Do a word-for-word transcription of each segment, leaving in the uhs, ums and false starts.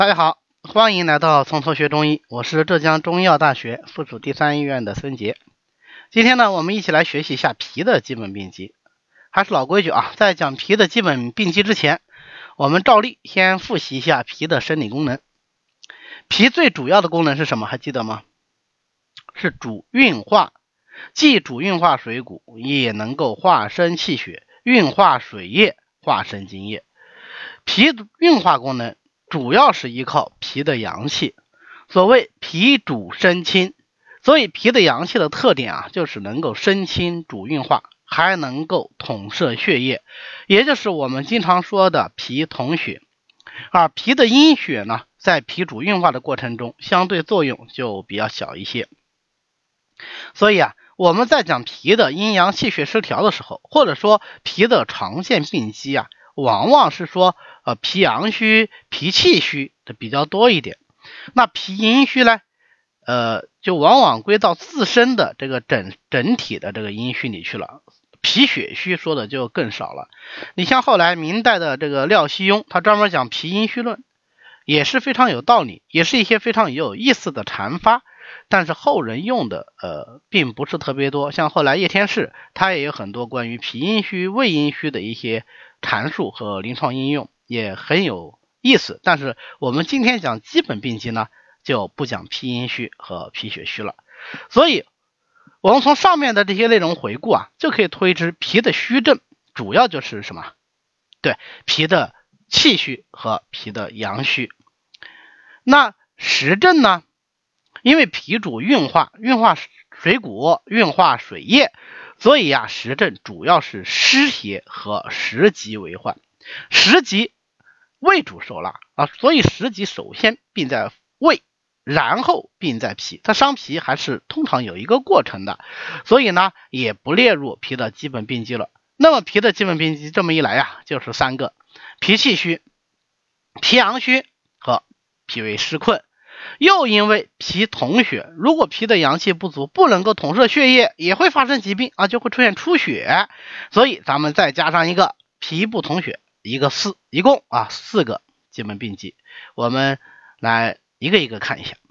大家好，欢迎来到从头学中医，我是浙江中医药大学附属第三医院的孙杰。今天呢，我们一起来学习一下脾的基本病机。还是老规矩啊，在讲脾的基本病机之前，我们照例先复习一下脾的生理功能。脾最主要的功能是什么？还记得吗？是主运化，既主运化水谷，也能够化生气血，运化水液，化生津液。脾运化功能主要是依靠脾的阳气，所谓脾主生清，所以脾的阳气的特点啊，就是能够生清主运化，还能够统摄血液，也就是我们经常说的脾统血。而脾的阴血呢，在脾主运化的过程中，相对作用就比较小一些。所以啊，我们在讲脾的阴阳气血失调的时候，或者说脾的常见病机啊，往往是说呃脾阳虚、脾气虚的比较多一点。那脾阴虚呢，呃就往往归到自身的这个整整体的这个阴虚里去了。脾血虚说的就更少了。你像后来明代的这个廖希雍，他专门讲脾阴虚论，也是非常有道理，也是一些非常有意思的阐发。但是后人用的呃并不是特别多，像后来叶天士他也有很多关于脾阴虚、胃阴虚的一些阐述和临床应用，也很有意思。但是我们今天讲基本病机呢，就不讲脾阴虚和脾血虚了。所以我们从上面的这些内容回顾啊，就可以推知脾的虚症主要就是什么？对，脾的气虚和脾的阳虚。那实症呢？因为脾主运化，运化水谷，运化水液，所以呀、啊，实症主要是湿邪和食积为患。食积胃主受纳啊，所以食积首先病在胃，然后病在脾。它伤脾还是通常有一个过程的，所以呢，也不列入脾的基本病机了。那么脾的基本病机这么一来呀、啊，就是三个：脾气虚、脾阳虚和脾胃湿困。又因为脾统血，如果脾的阳气不足，不能够统摄血液，也会发生疾病啊，就会出现出血。所以咱们再加上一个脾不统血，一个四，一共啊四个基本病机。我们来一个一个看一下。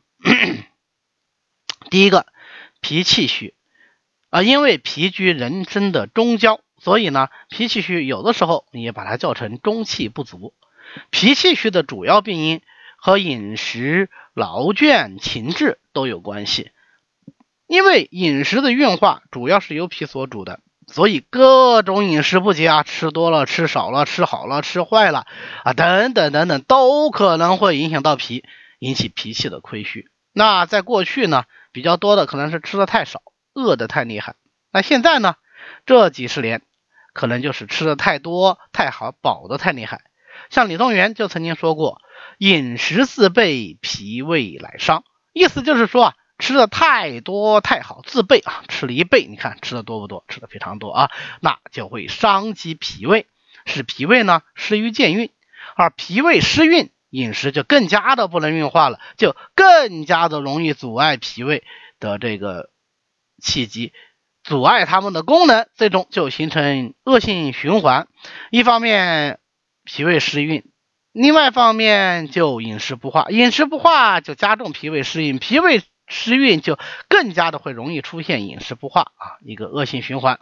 第一个，脾气虚啊，因为脾居人身的中焦，所以呢，脾气虚有的时候你也把它叫成中气不足。脾气虚的主要病因和饮食、劳倦、情志都有关系。因为饮食的运化主要是由脾所主的，所以各种饮食不节啊，吃多了、吃少了、吃好了、吃坏了啊，等等等等，都可能会影响到脾，引起脾气的亏虚。那在过去呢，比较多的可能是吃的太少，饿的太厉害。那现在呢，这几十年可能就是吃的太多、太好，饱的太厉害。像李东垣就曾经说过，饮食自备，脾胃来伤。意思就是说啊，吃的太多太好，自备啊，吃了一倍，你看吃的多不多？吃的非常多啊，那就会伤及脾胃，使脾胃呢失于健运，而脾胃失运，饮食就更加的不能运化了，就更加的容易阻碍脾胃的这个气机，阻碍它们的功能，最终就形成恶性循环。一方面脾胃失运，另外一方面就饮食不化，饮食不化就加重脾胃失运，脾胃失运就更加的会容易出现饮食不化啊，一个恶性循环。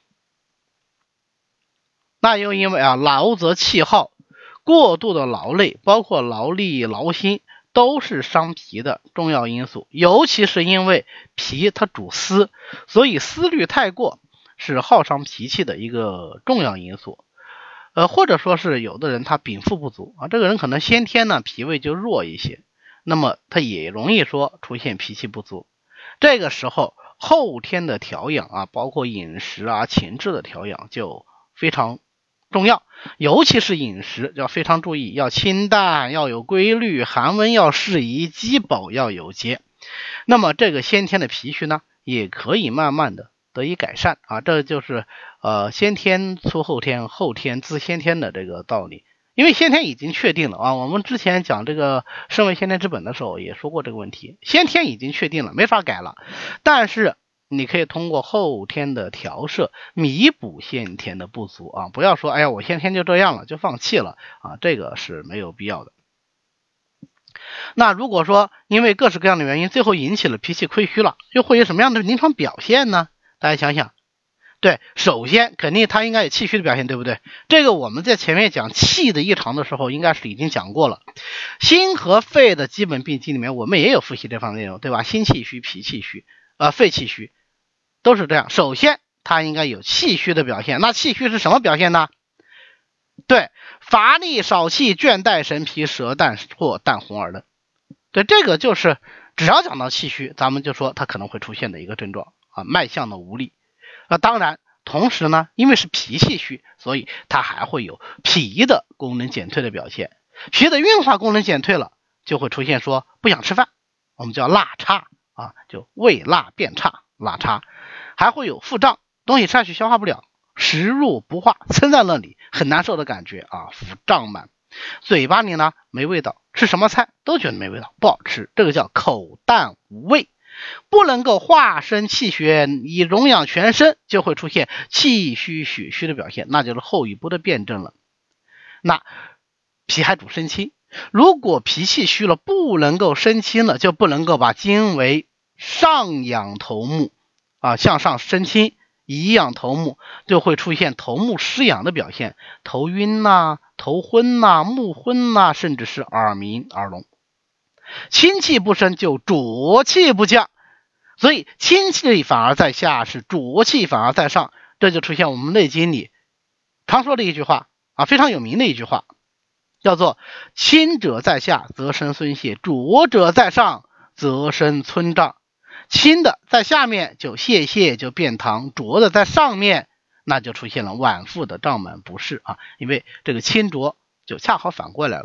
那又因为啊劳则气耗，过度的劳累，包括劳力、劳心，都是伤脾的重要因素。尤其是因为脾它主思，所以思虑太过是耗伤脾气的一个重要因素。呃，或者说是有的人他禀赋不足啊，这个人可能先天呢脾胃就弱一些，那么他也容易说出现脾气不足。这个时候后天的调养啊，包括饮食啊、情志的调养就非常重要，尤其是饮食要非常注意，要清淡，要有规律，寒温要适宜，饥饱要有节。那么这个先天的脾虚呢，也可以慢慢的得以改善啊，这就是呃先天出后天，后天自先天的这个道理。因为先天已经确定了啊，我们之前讲这个肾为先天之本的时候也说过这个问题，先天已经确定了，没法改了。但是你可以通过后天的调摄弥补先天的不足啊，不要说哎呀我先天就这样了就放弃了啊，这个是没有必要的。 那如果说因为各式各样的原因最后引起了脾气亏虚了，又会有什么样的临床表现呢？大家想想，对，首先肯定它应该有气虚的表现，对不对？这个我们在前面讲气的异常的时候应该是已经讲过了。心和肺的基本病机里面我们也有复习这方面内容，对吧？心气虚、脾气虚、呃肺气虚都是这样。首先它应该有气虚的表现，那气虚是什么表现呢？对，乏力、少气、倦怠、神疲、舌淡或淡红而冷。对，这个就是只要讲到气虚，咱们就说它可能会出现的一个症状啊，脉象的无力。那当然同时呢，因为是脾气虚，所以它还会有脾的功能减退的表现。脾的运化功能减退了，就会出现说不想吃饭，我们叫辣差啊，就胃辣变差，辣差。还会有腹胀，东西吃下去消化不了，食入不化，撑在那里很难受的感觉啊，腹胀满。嘴巴里呢没味道，吃什么菜都觉得没味道，不好吃，这个叫口淡无味。不能够化生气血以荣养全身，就会出现气虚血虚的表现，那就是后一步的辩证了。那脾还主生清，如果脾气虚了不能够生清了，就不能够把精为上养头目啊，向上生清，以养头目，就会出现头目失养的表现，头晕呐、啊、头昏呐、啊、目昏呐、啊，甚至是耳鸣耳聋。清气不生就浊气不降，所以清气反而在下，是浊气反而在上，这就出现我们内经里常说的一句话啊，非常有名的一句话，叫做清者在下则生孙泄，浊者在上则生村胀。清的在下面就泄泻就便溏，浊的在上面那就出现了脘腹的胀满不适啊，因为这个清浊就恰好反过来了。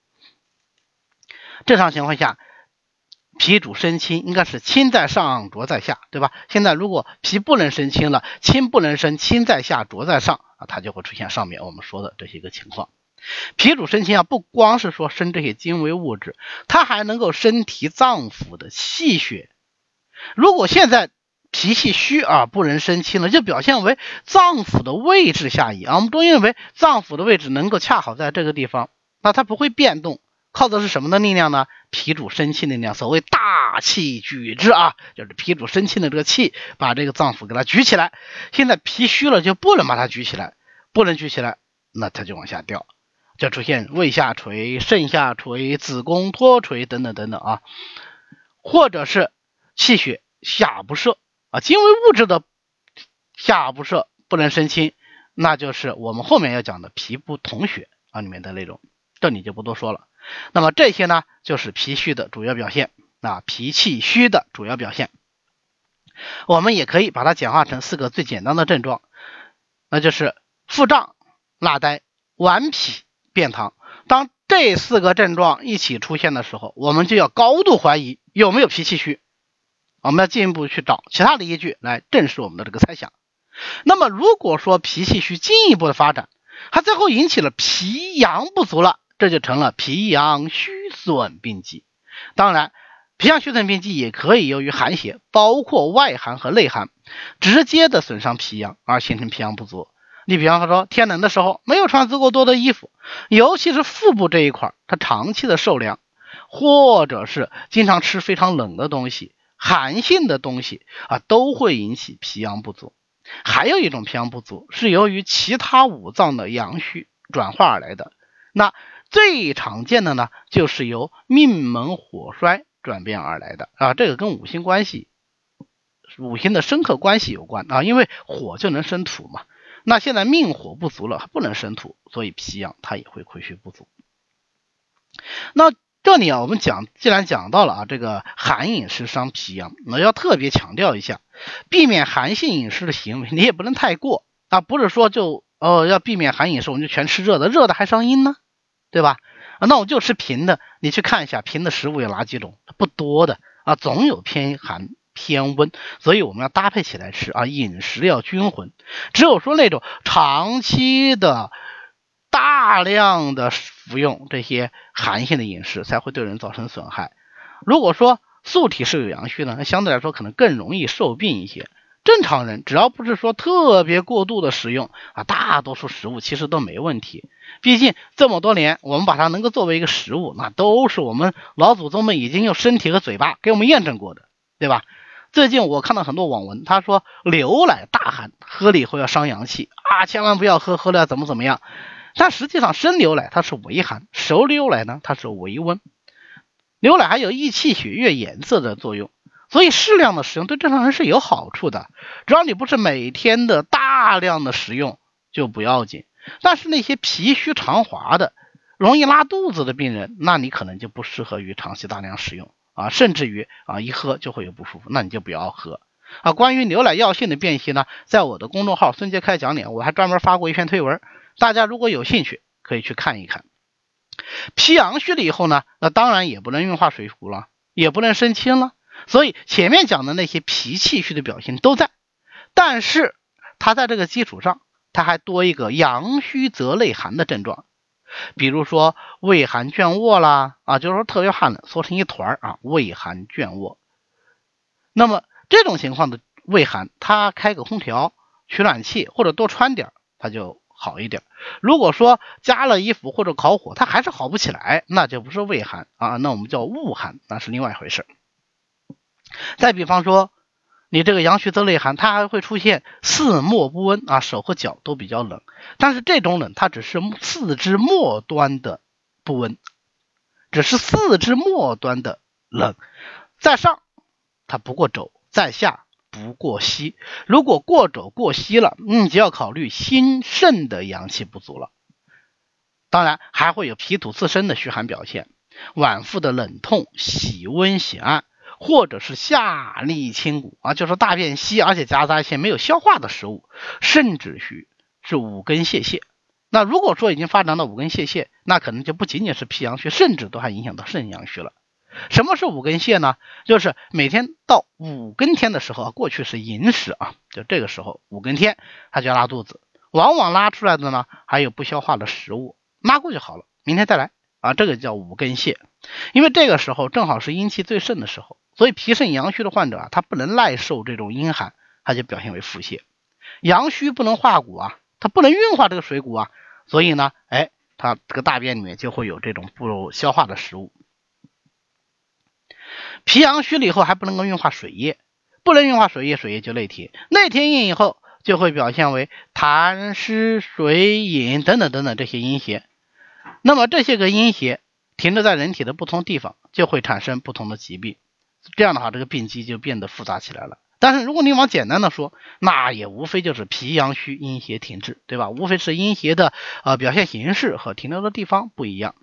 正常情况下脾主生清，应该是清在上浊在下，对吧？现在如果脾不能生清了，清不能生，清在下浊在上啊，它就会出现上面我们说的这些个情况。脾主生清啊，不光是说生这些精微物质，它还能够生提脏腑的气血。如果现在脾气虚而不能生清了，就表现为脏腑的位置下移啊。我们都认为脏腑的位置能够恰好在这个地方，那它不会变动，靠的是什么的力量呢？脾主生气的力量，所谓大气举之啊，就是脾主生气的这个气把这个脏腑给它举起来。现在脾虚了就不能把它举起来，不能举起来，那它就往下掉，就出现胃下垂、肾下垂、子宫脱垂等等等等啊，或者是气血下不摄啊，精微物质的下不摄不能生清，那就是我们后面要讲的脾不统血啊里面的内容，这里就不多说了。那么这些呢就是脾虚的主要表现啊，脾气虚的主要表现。我们也可以把它简化成四个最简单的症状，那就是腹胀、纳呆、顽痞、便溏。当这四个症状一起出现的时候，我们就要高度怀疑有没有脾气虚，我们要进一步去找其他的依据来证实我们的这个猜想。那么如果说脾气虚进一步的发展，它最后引起了脾阳不足了，这就成了脾阳虚损病机。当然脾阳虚损病机也可以由于寒邪，包括外寒和内寒，直接的损伤脾阳而形成脾阳不足。你比方说天冷的时候没有穿足够多的衣服，尤其是腹部这一块，它长期的受凉，或者是经常吃非常冷的东西，寒性的东西啊，都会引起脾阳不足。还有一种脾阳不足是由于其他五脏的阳虚转化而来的，那最常见的呢就是由命门火衰转变而来的啊，这个跟五行关系五行的生克关系有关啊，因为火就能生土嘛，那现在命火不足了，它不能生土，所以脾阳它也会亏虚不足。那这里啊，我们讲既然讲到了啊，这个寒饮食伤脾阳，那要特别强调一下，避免寒性饮食的行为，你也不能太过啊，不是说就哦要避免寒饮食，我们就全吃热的，热的还伤阴呢，对吧？啊，那我就吃平的，你去看一下平的食物有哪几种，不多的啊，总有偏寒偏温，所以我们要搭配起来吃啊，饮食要均衡。只有说那种长期的大量的服用这些寒性的饮食才会对人造成损害。如果说素体是有阳虚的，那相对来说可能更容易受病一些， 正常人只要不是说特别过度的食用啊，大多数食物其实都没问题。毕竟这么多年我们把它能够作为一个食物，那都是我们老祖宗们已经用身体和嘴巴给我们验证过的，对吧？最近我看到很多网文，他说牛奶大寒，喝了以后要伤阳气啊，千万不要喝，喝了怎么怎么样。但实际上生牛奶它是微寒，熟牛奶呢它是微温。牛奶还有益气血液颜色的作用，所以适量的食用对正常人是有好处的，只要你不是每天的大量的食用就不要紧。但是那些脾虚肠滑的容易拉肚子的病人，那你可能就不适合于长期大量食用啊，甚至于啊一喝就会有不舒服，那你就不要喝啊。关于牛奶药性的辨析呢，在我的公众号孙杰开讲点我还专门发过一篇推文，大家如果有兴趣可以去看一看。脾阳虚了以后呢，那当然也不能运化水谷了，也不能生清了，所以前面讲的那些脾气虚的表现都在，但是它在这个基础上它还多一个阳虚则内寒的症状，比如说畏寒倦卧啦啊，就是说特别寒冷缩成一团啊，畏寒倦卧。那么这种情况的畏寒，它开个空调取暖气或者多穿点它就好一点。如果说加了衣服或者烤火它还是好不起来，那就不是畏寒啊，那我们叫恶寒，那是另外一回事。再比方说你这个阳虚则内寒，它还会出现四末不温啊，手和脚都比较冷，但是这种冷它只是四肢末端的不温，只是四肢末端的冷，在上它不过肘，在下不过膝，如果过肘过膝了，你就要考虑心肾的阳气不足了。当然还会有脾土自身的虚寒表现，脘腹的冷痛、喜温喜暗，或者是下利清谷啊，就是大便稀而且夹杂一些没有消化的食物，甚至于是五根泄泻。那如果说已经发展到五根泄泻，那可能就不仅仅是脾阳虚，甚至都还影响到肾阳虚了。什么是五根泻呢？就是每天到五更天的时候，过去是寅时啊，就这个时候五更天他就要拉肚子，往往拉出来的呢还有不消化的食物，拉过就好了，明天再来啊，这个叫五更泻。因为这个时候正好是阴气最盛的时候，所以脾肾阳虚的患者啊，他不能耐受这种阴寒，他就表现为腹泻。阳虚不能化谷啊，他不能运化这个水谷啊，所以呢，哎，他这个大便里面就会有这种不消化的食物。脾阳虚了以后还不能够运化水液，不能运化水液，水液就内停，内停硬以后就会表现为痰湿水饮等等等等这些阴邪。那么这些个阴邪停留在人体的不同地方，就会产生不同的疾病，这样的话这个病机就变得复杂起来了。但是如果你往简单的说，那也无非就是脾阳虚阴邪停滞，对吧？无非是阴邪的呃表现形式和停留的地方不一样。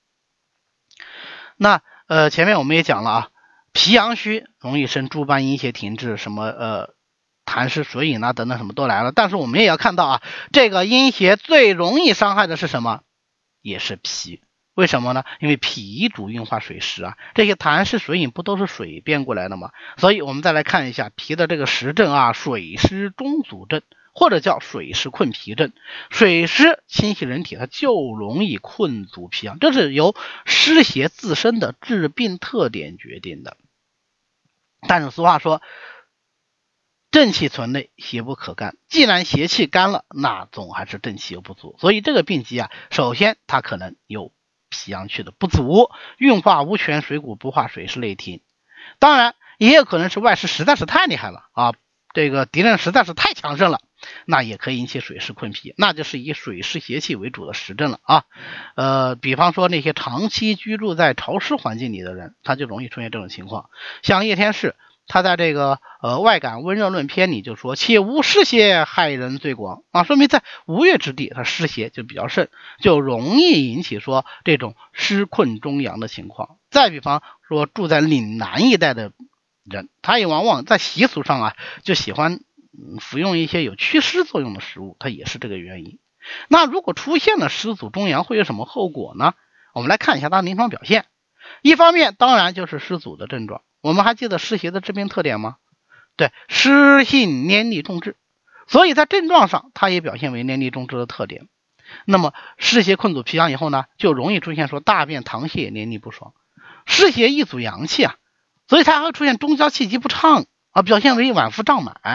那呃前面我们也讲了啊，脾阳虚容易生诸般阴邪停滞，什么呃痰湿水饮啊等等什么都来了。但是我们也要看到啊，这个阴邪最容易伤害的是什么？也是脾。为什么呢？因为脾主运化水湿啊，这些痰湿水饮不都是水变过来的吗？所以我们再来看一下脾的这个实症啊，水湿中阻症，或者叫水湿困脾症。水湿侵袭人体，它就容易困阻脾阳，这是由湿邪自身的致病特点决定的。但是俗话说，正气存内，邪不可干。既然邪气干了，那总还是正气有不足。所以这个病机啊，首先它可能有脾阳气的不足，运化无权，水谷不化，水湿内停。当然也有可能是外湿实在是太厉害了啊，这个敌人实在是太强盛了，那也可以引起水湿困脾，那就是以水湿邪气为主的实症了啊。呃，比方说那些长期居住在潮湿环境里的人，他就容易出现这种情况。像叶天士，他在这个呃外感温热论篇里就说，且无湿邪害人最广啊，说明在吴越之地，它湿邪就比较盛，就容易引起说这种湿困中阳的情况。再比方说住在岭南一带的人，他也往往在习俗上啊就喜欢服用一些有祛湿作用的食物，它也是这个原因。那如果出现了湿阻中阳，会有什么后果呢？我们来看一下它的临床表现。一方面当然就是湿阻的症状，我们还记得湿邪的致病特点吗？对，湿性黏腻重滞，所以在症状上它也表现为黏腻重滞的特点。那么湿邪困阻脾阳以后呢，就容易出现说大便溏泻黏腻不爽。湿邪易阻阳气啊，所以它还会出现中焦气机不畅啊，表现为脘腹胀满。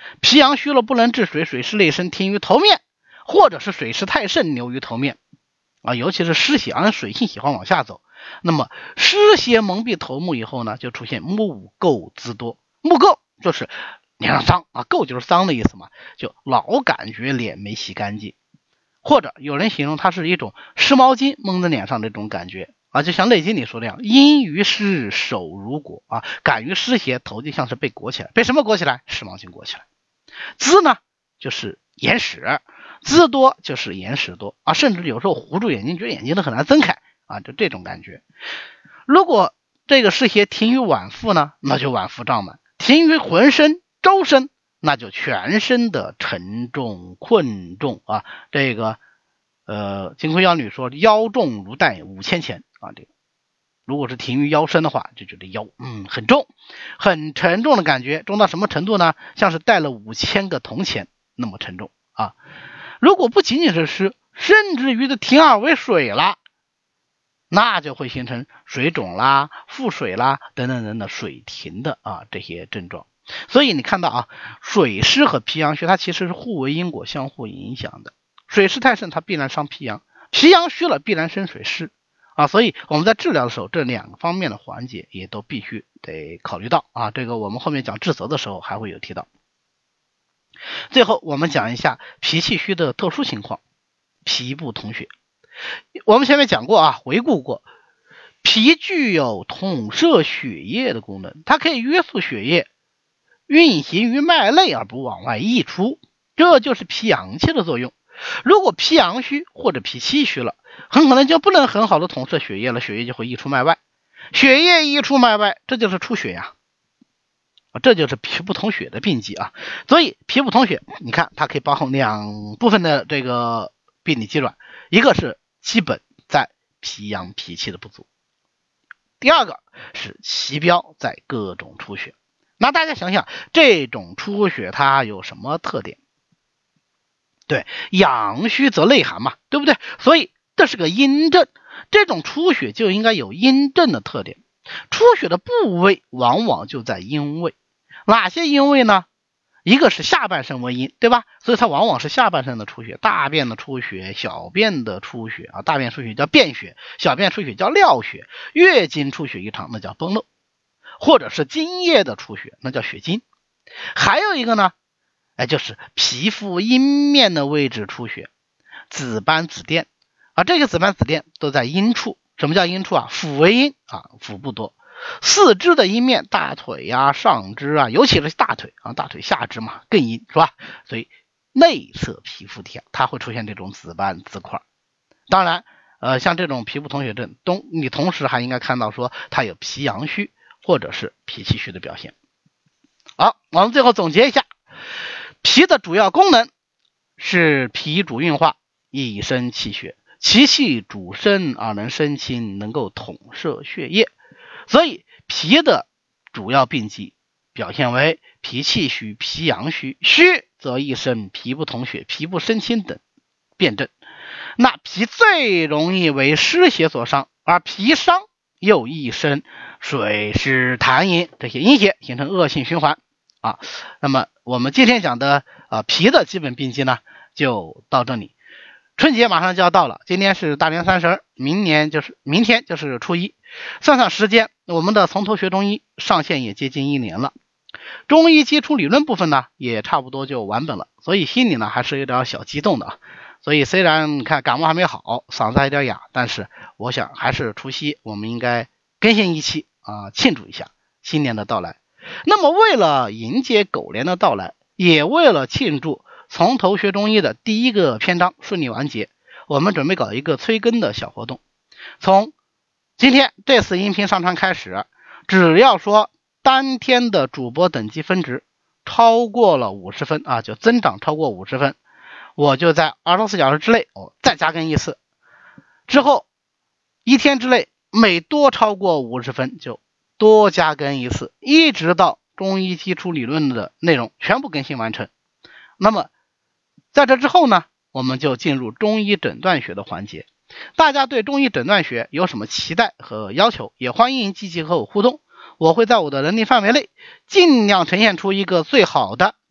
脾阳虚了不能治水，水湿内生停于头面，或者是水湿太盛流于头面啊，尤其是湿邪，而水性喜欢往下走。那么湿邪蒙蔽头目以后呢，就出现目垢滋多。目垢就是脸上脏啊，垢就是脏的意思嘛，就老感觉脸没洗干净，或者有人形容它是一种湿毛巾蒙在脸上的这种感觉啊，就像《内经》里说的样，阴于湿，手如裹啊，感于湿邪，头就像是被裹起来，被什么裹起来？湿毛巾裹起来。滋呢，就是眼屎，滋多就是眼屎多啊，甚至有时候糊住眼睛，觉得眼睛都很难睁开啊，就这种感觉。如果这个湿邪停于脘腹呢，那就脘腹胀满；停于浑身、周身，那就全身的沉重、困重啊。这个呃，金匮要女说腰重如带五千钱啊，这个如果是停于腰身的话，就觉得腰嗯很重，很沉重的感觉，重到什么程度呢？像是带了五千个铜钱那么沉重啊。如果不仅仅是湿，甚至于的停而为水了，那就会形成水肿啦、腹水啦等等等等水停的啊这些症状。所以你看到啊，水湿和脾阳虚它其实是互为因果，相互影响的。水湿太盛它必然伤脾阳，脾阳虚了必然生水湿啊，所以我们在治疗的时候，这两个方面的环节也都必须得考虑到啊。这个我们后面讲治则的时候还会有提到。最后我们讲一下脾气虚的特殊情况，脾不统血。我们前面讲过啊，回顾过，脾具有统摄血液的功能，它可以约束血液运行于脉内而不往外溢出，这就是脾阳气的作用。如果脾阳虚或者脾气虚了，很可能就不能很好的统摄血液了，血液就会溢出脉外，血液溢出脉外，这就是出血呀，这就是脾不统血的病机啊。所以脾不统血，你看它可以包含两部分的这个病理机转，一个是基本在脾阳脾气的不足，第二个是其标在各种出血。那大家想想，这种出血它有什么特点？对，阳虚则内寒嘛，对不对？所以这是个阴症，这种出血就应该有阴症的特点。出血的部位往往就在阴位，哪些阴位呢？一个是下半身为阴，对吧？所以它往往是下半身的出血，大便的出血、小便的出血啊，大便出血叫便血，小便出血叫尿血，月经出血异常那叫崩漏，或者是津液的出血那叫血经。还有一个呢，哎，就是皮肤阴面的位置出血，紫斑紫癜啊，这个紫斑紫癜都在阴处。什么叫阴处啊？腹为阴啊，腹部多。四肢的阴面，大腿呀、啊、上肢啊，尤其是大腿啊，大腿下肢嘛更阴，是吧？所以内侧皮肤体它会出现这种紫斑紫块。当然，呃，像这种脾不统血症，东你同时还应该看到说它有脾阳虚或者是脾气虚的表现。好，我们最后总结一下，脾的主要功能是脾主运化，以生气血，其气主升而能生清，能够统摄血液。所以脾的主要病机表现为脾气虚、脾阳虚，虚则易生脾不统血、脾不生清等辩证。那脾最容易为湿邪所伤，而脾伤又易生水湿痰饮这些阴邪，形成恶性循环啊。那么我们今天讲的啊脾的基本病机呢，就到这里。春节马上就要到了，今天是大年三十，明年就是明天就是初一，算算时间，我们的从头学中医上线也接近一年了。中医基础理论部分呢，也差不多就完本了，所以心里呢还是有点小激动的啊。所以虽然你看感冒还没好，嗓子还有点哑，但是我想还是除夕我们应该更新一期啊，庆祝一下新年的到来。那么为了迎接狗年的到来，也为了庆祝从头学中医的第一个篇章顺利完结，我们准备搞一个催更的小活动。从今天这次音频上传开始，只要说当天的主播等级分值超过了五十分啊，就增长超过五十分，我就在二十四小时之内哦再加更一次，之后一天之内每多超过五十分就多加更一次，一直到中医基础理论的内容全部更新完成。那么在这之后呢，我们就进入中医诊断学的环节。大家对中医诊断学有什么期待和要求，也欢迎积极和我互动，我会在我的能力范围内尽量呈现出一个最好的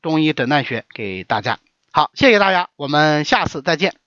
中医诊断学给大家。好，谢谢大家，我们下次再见。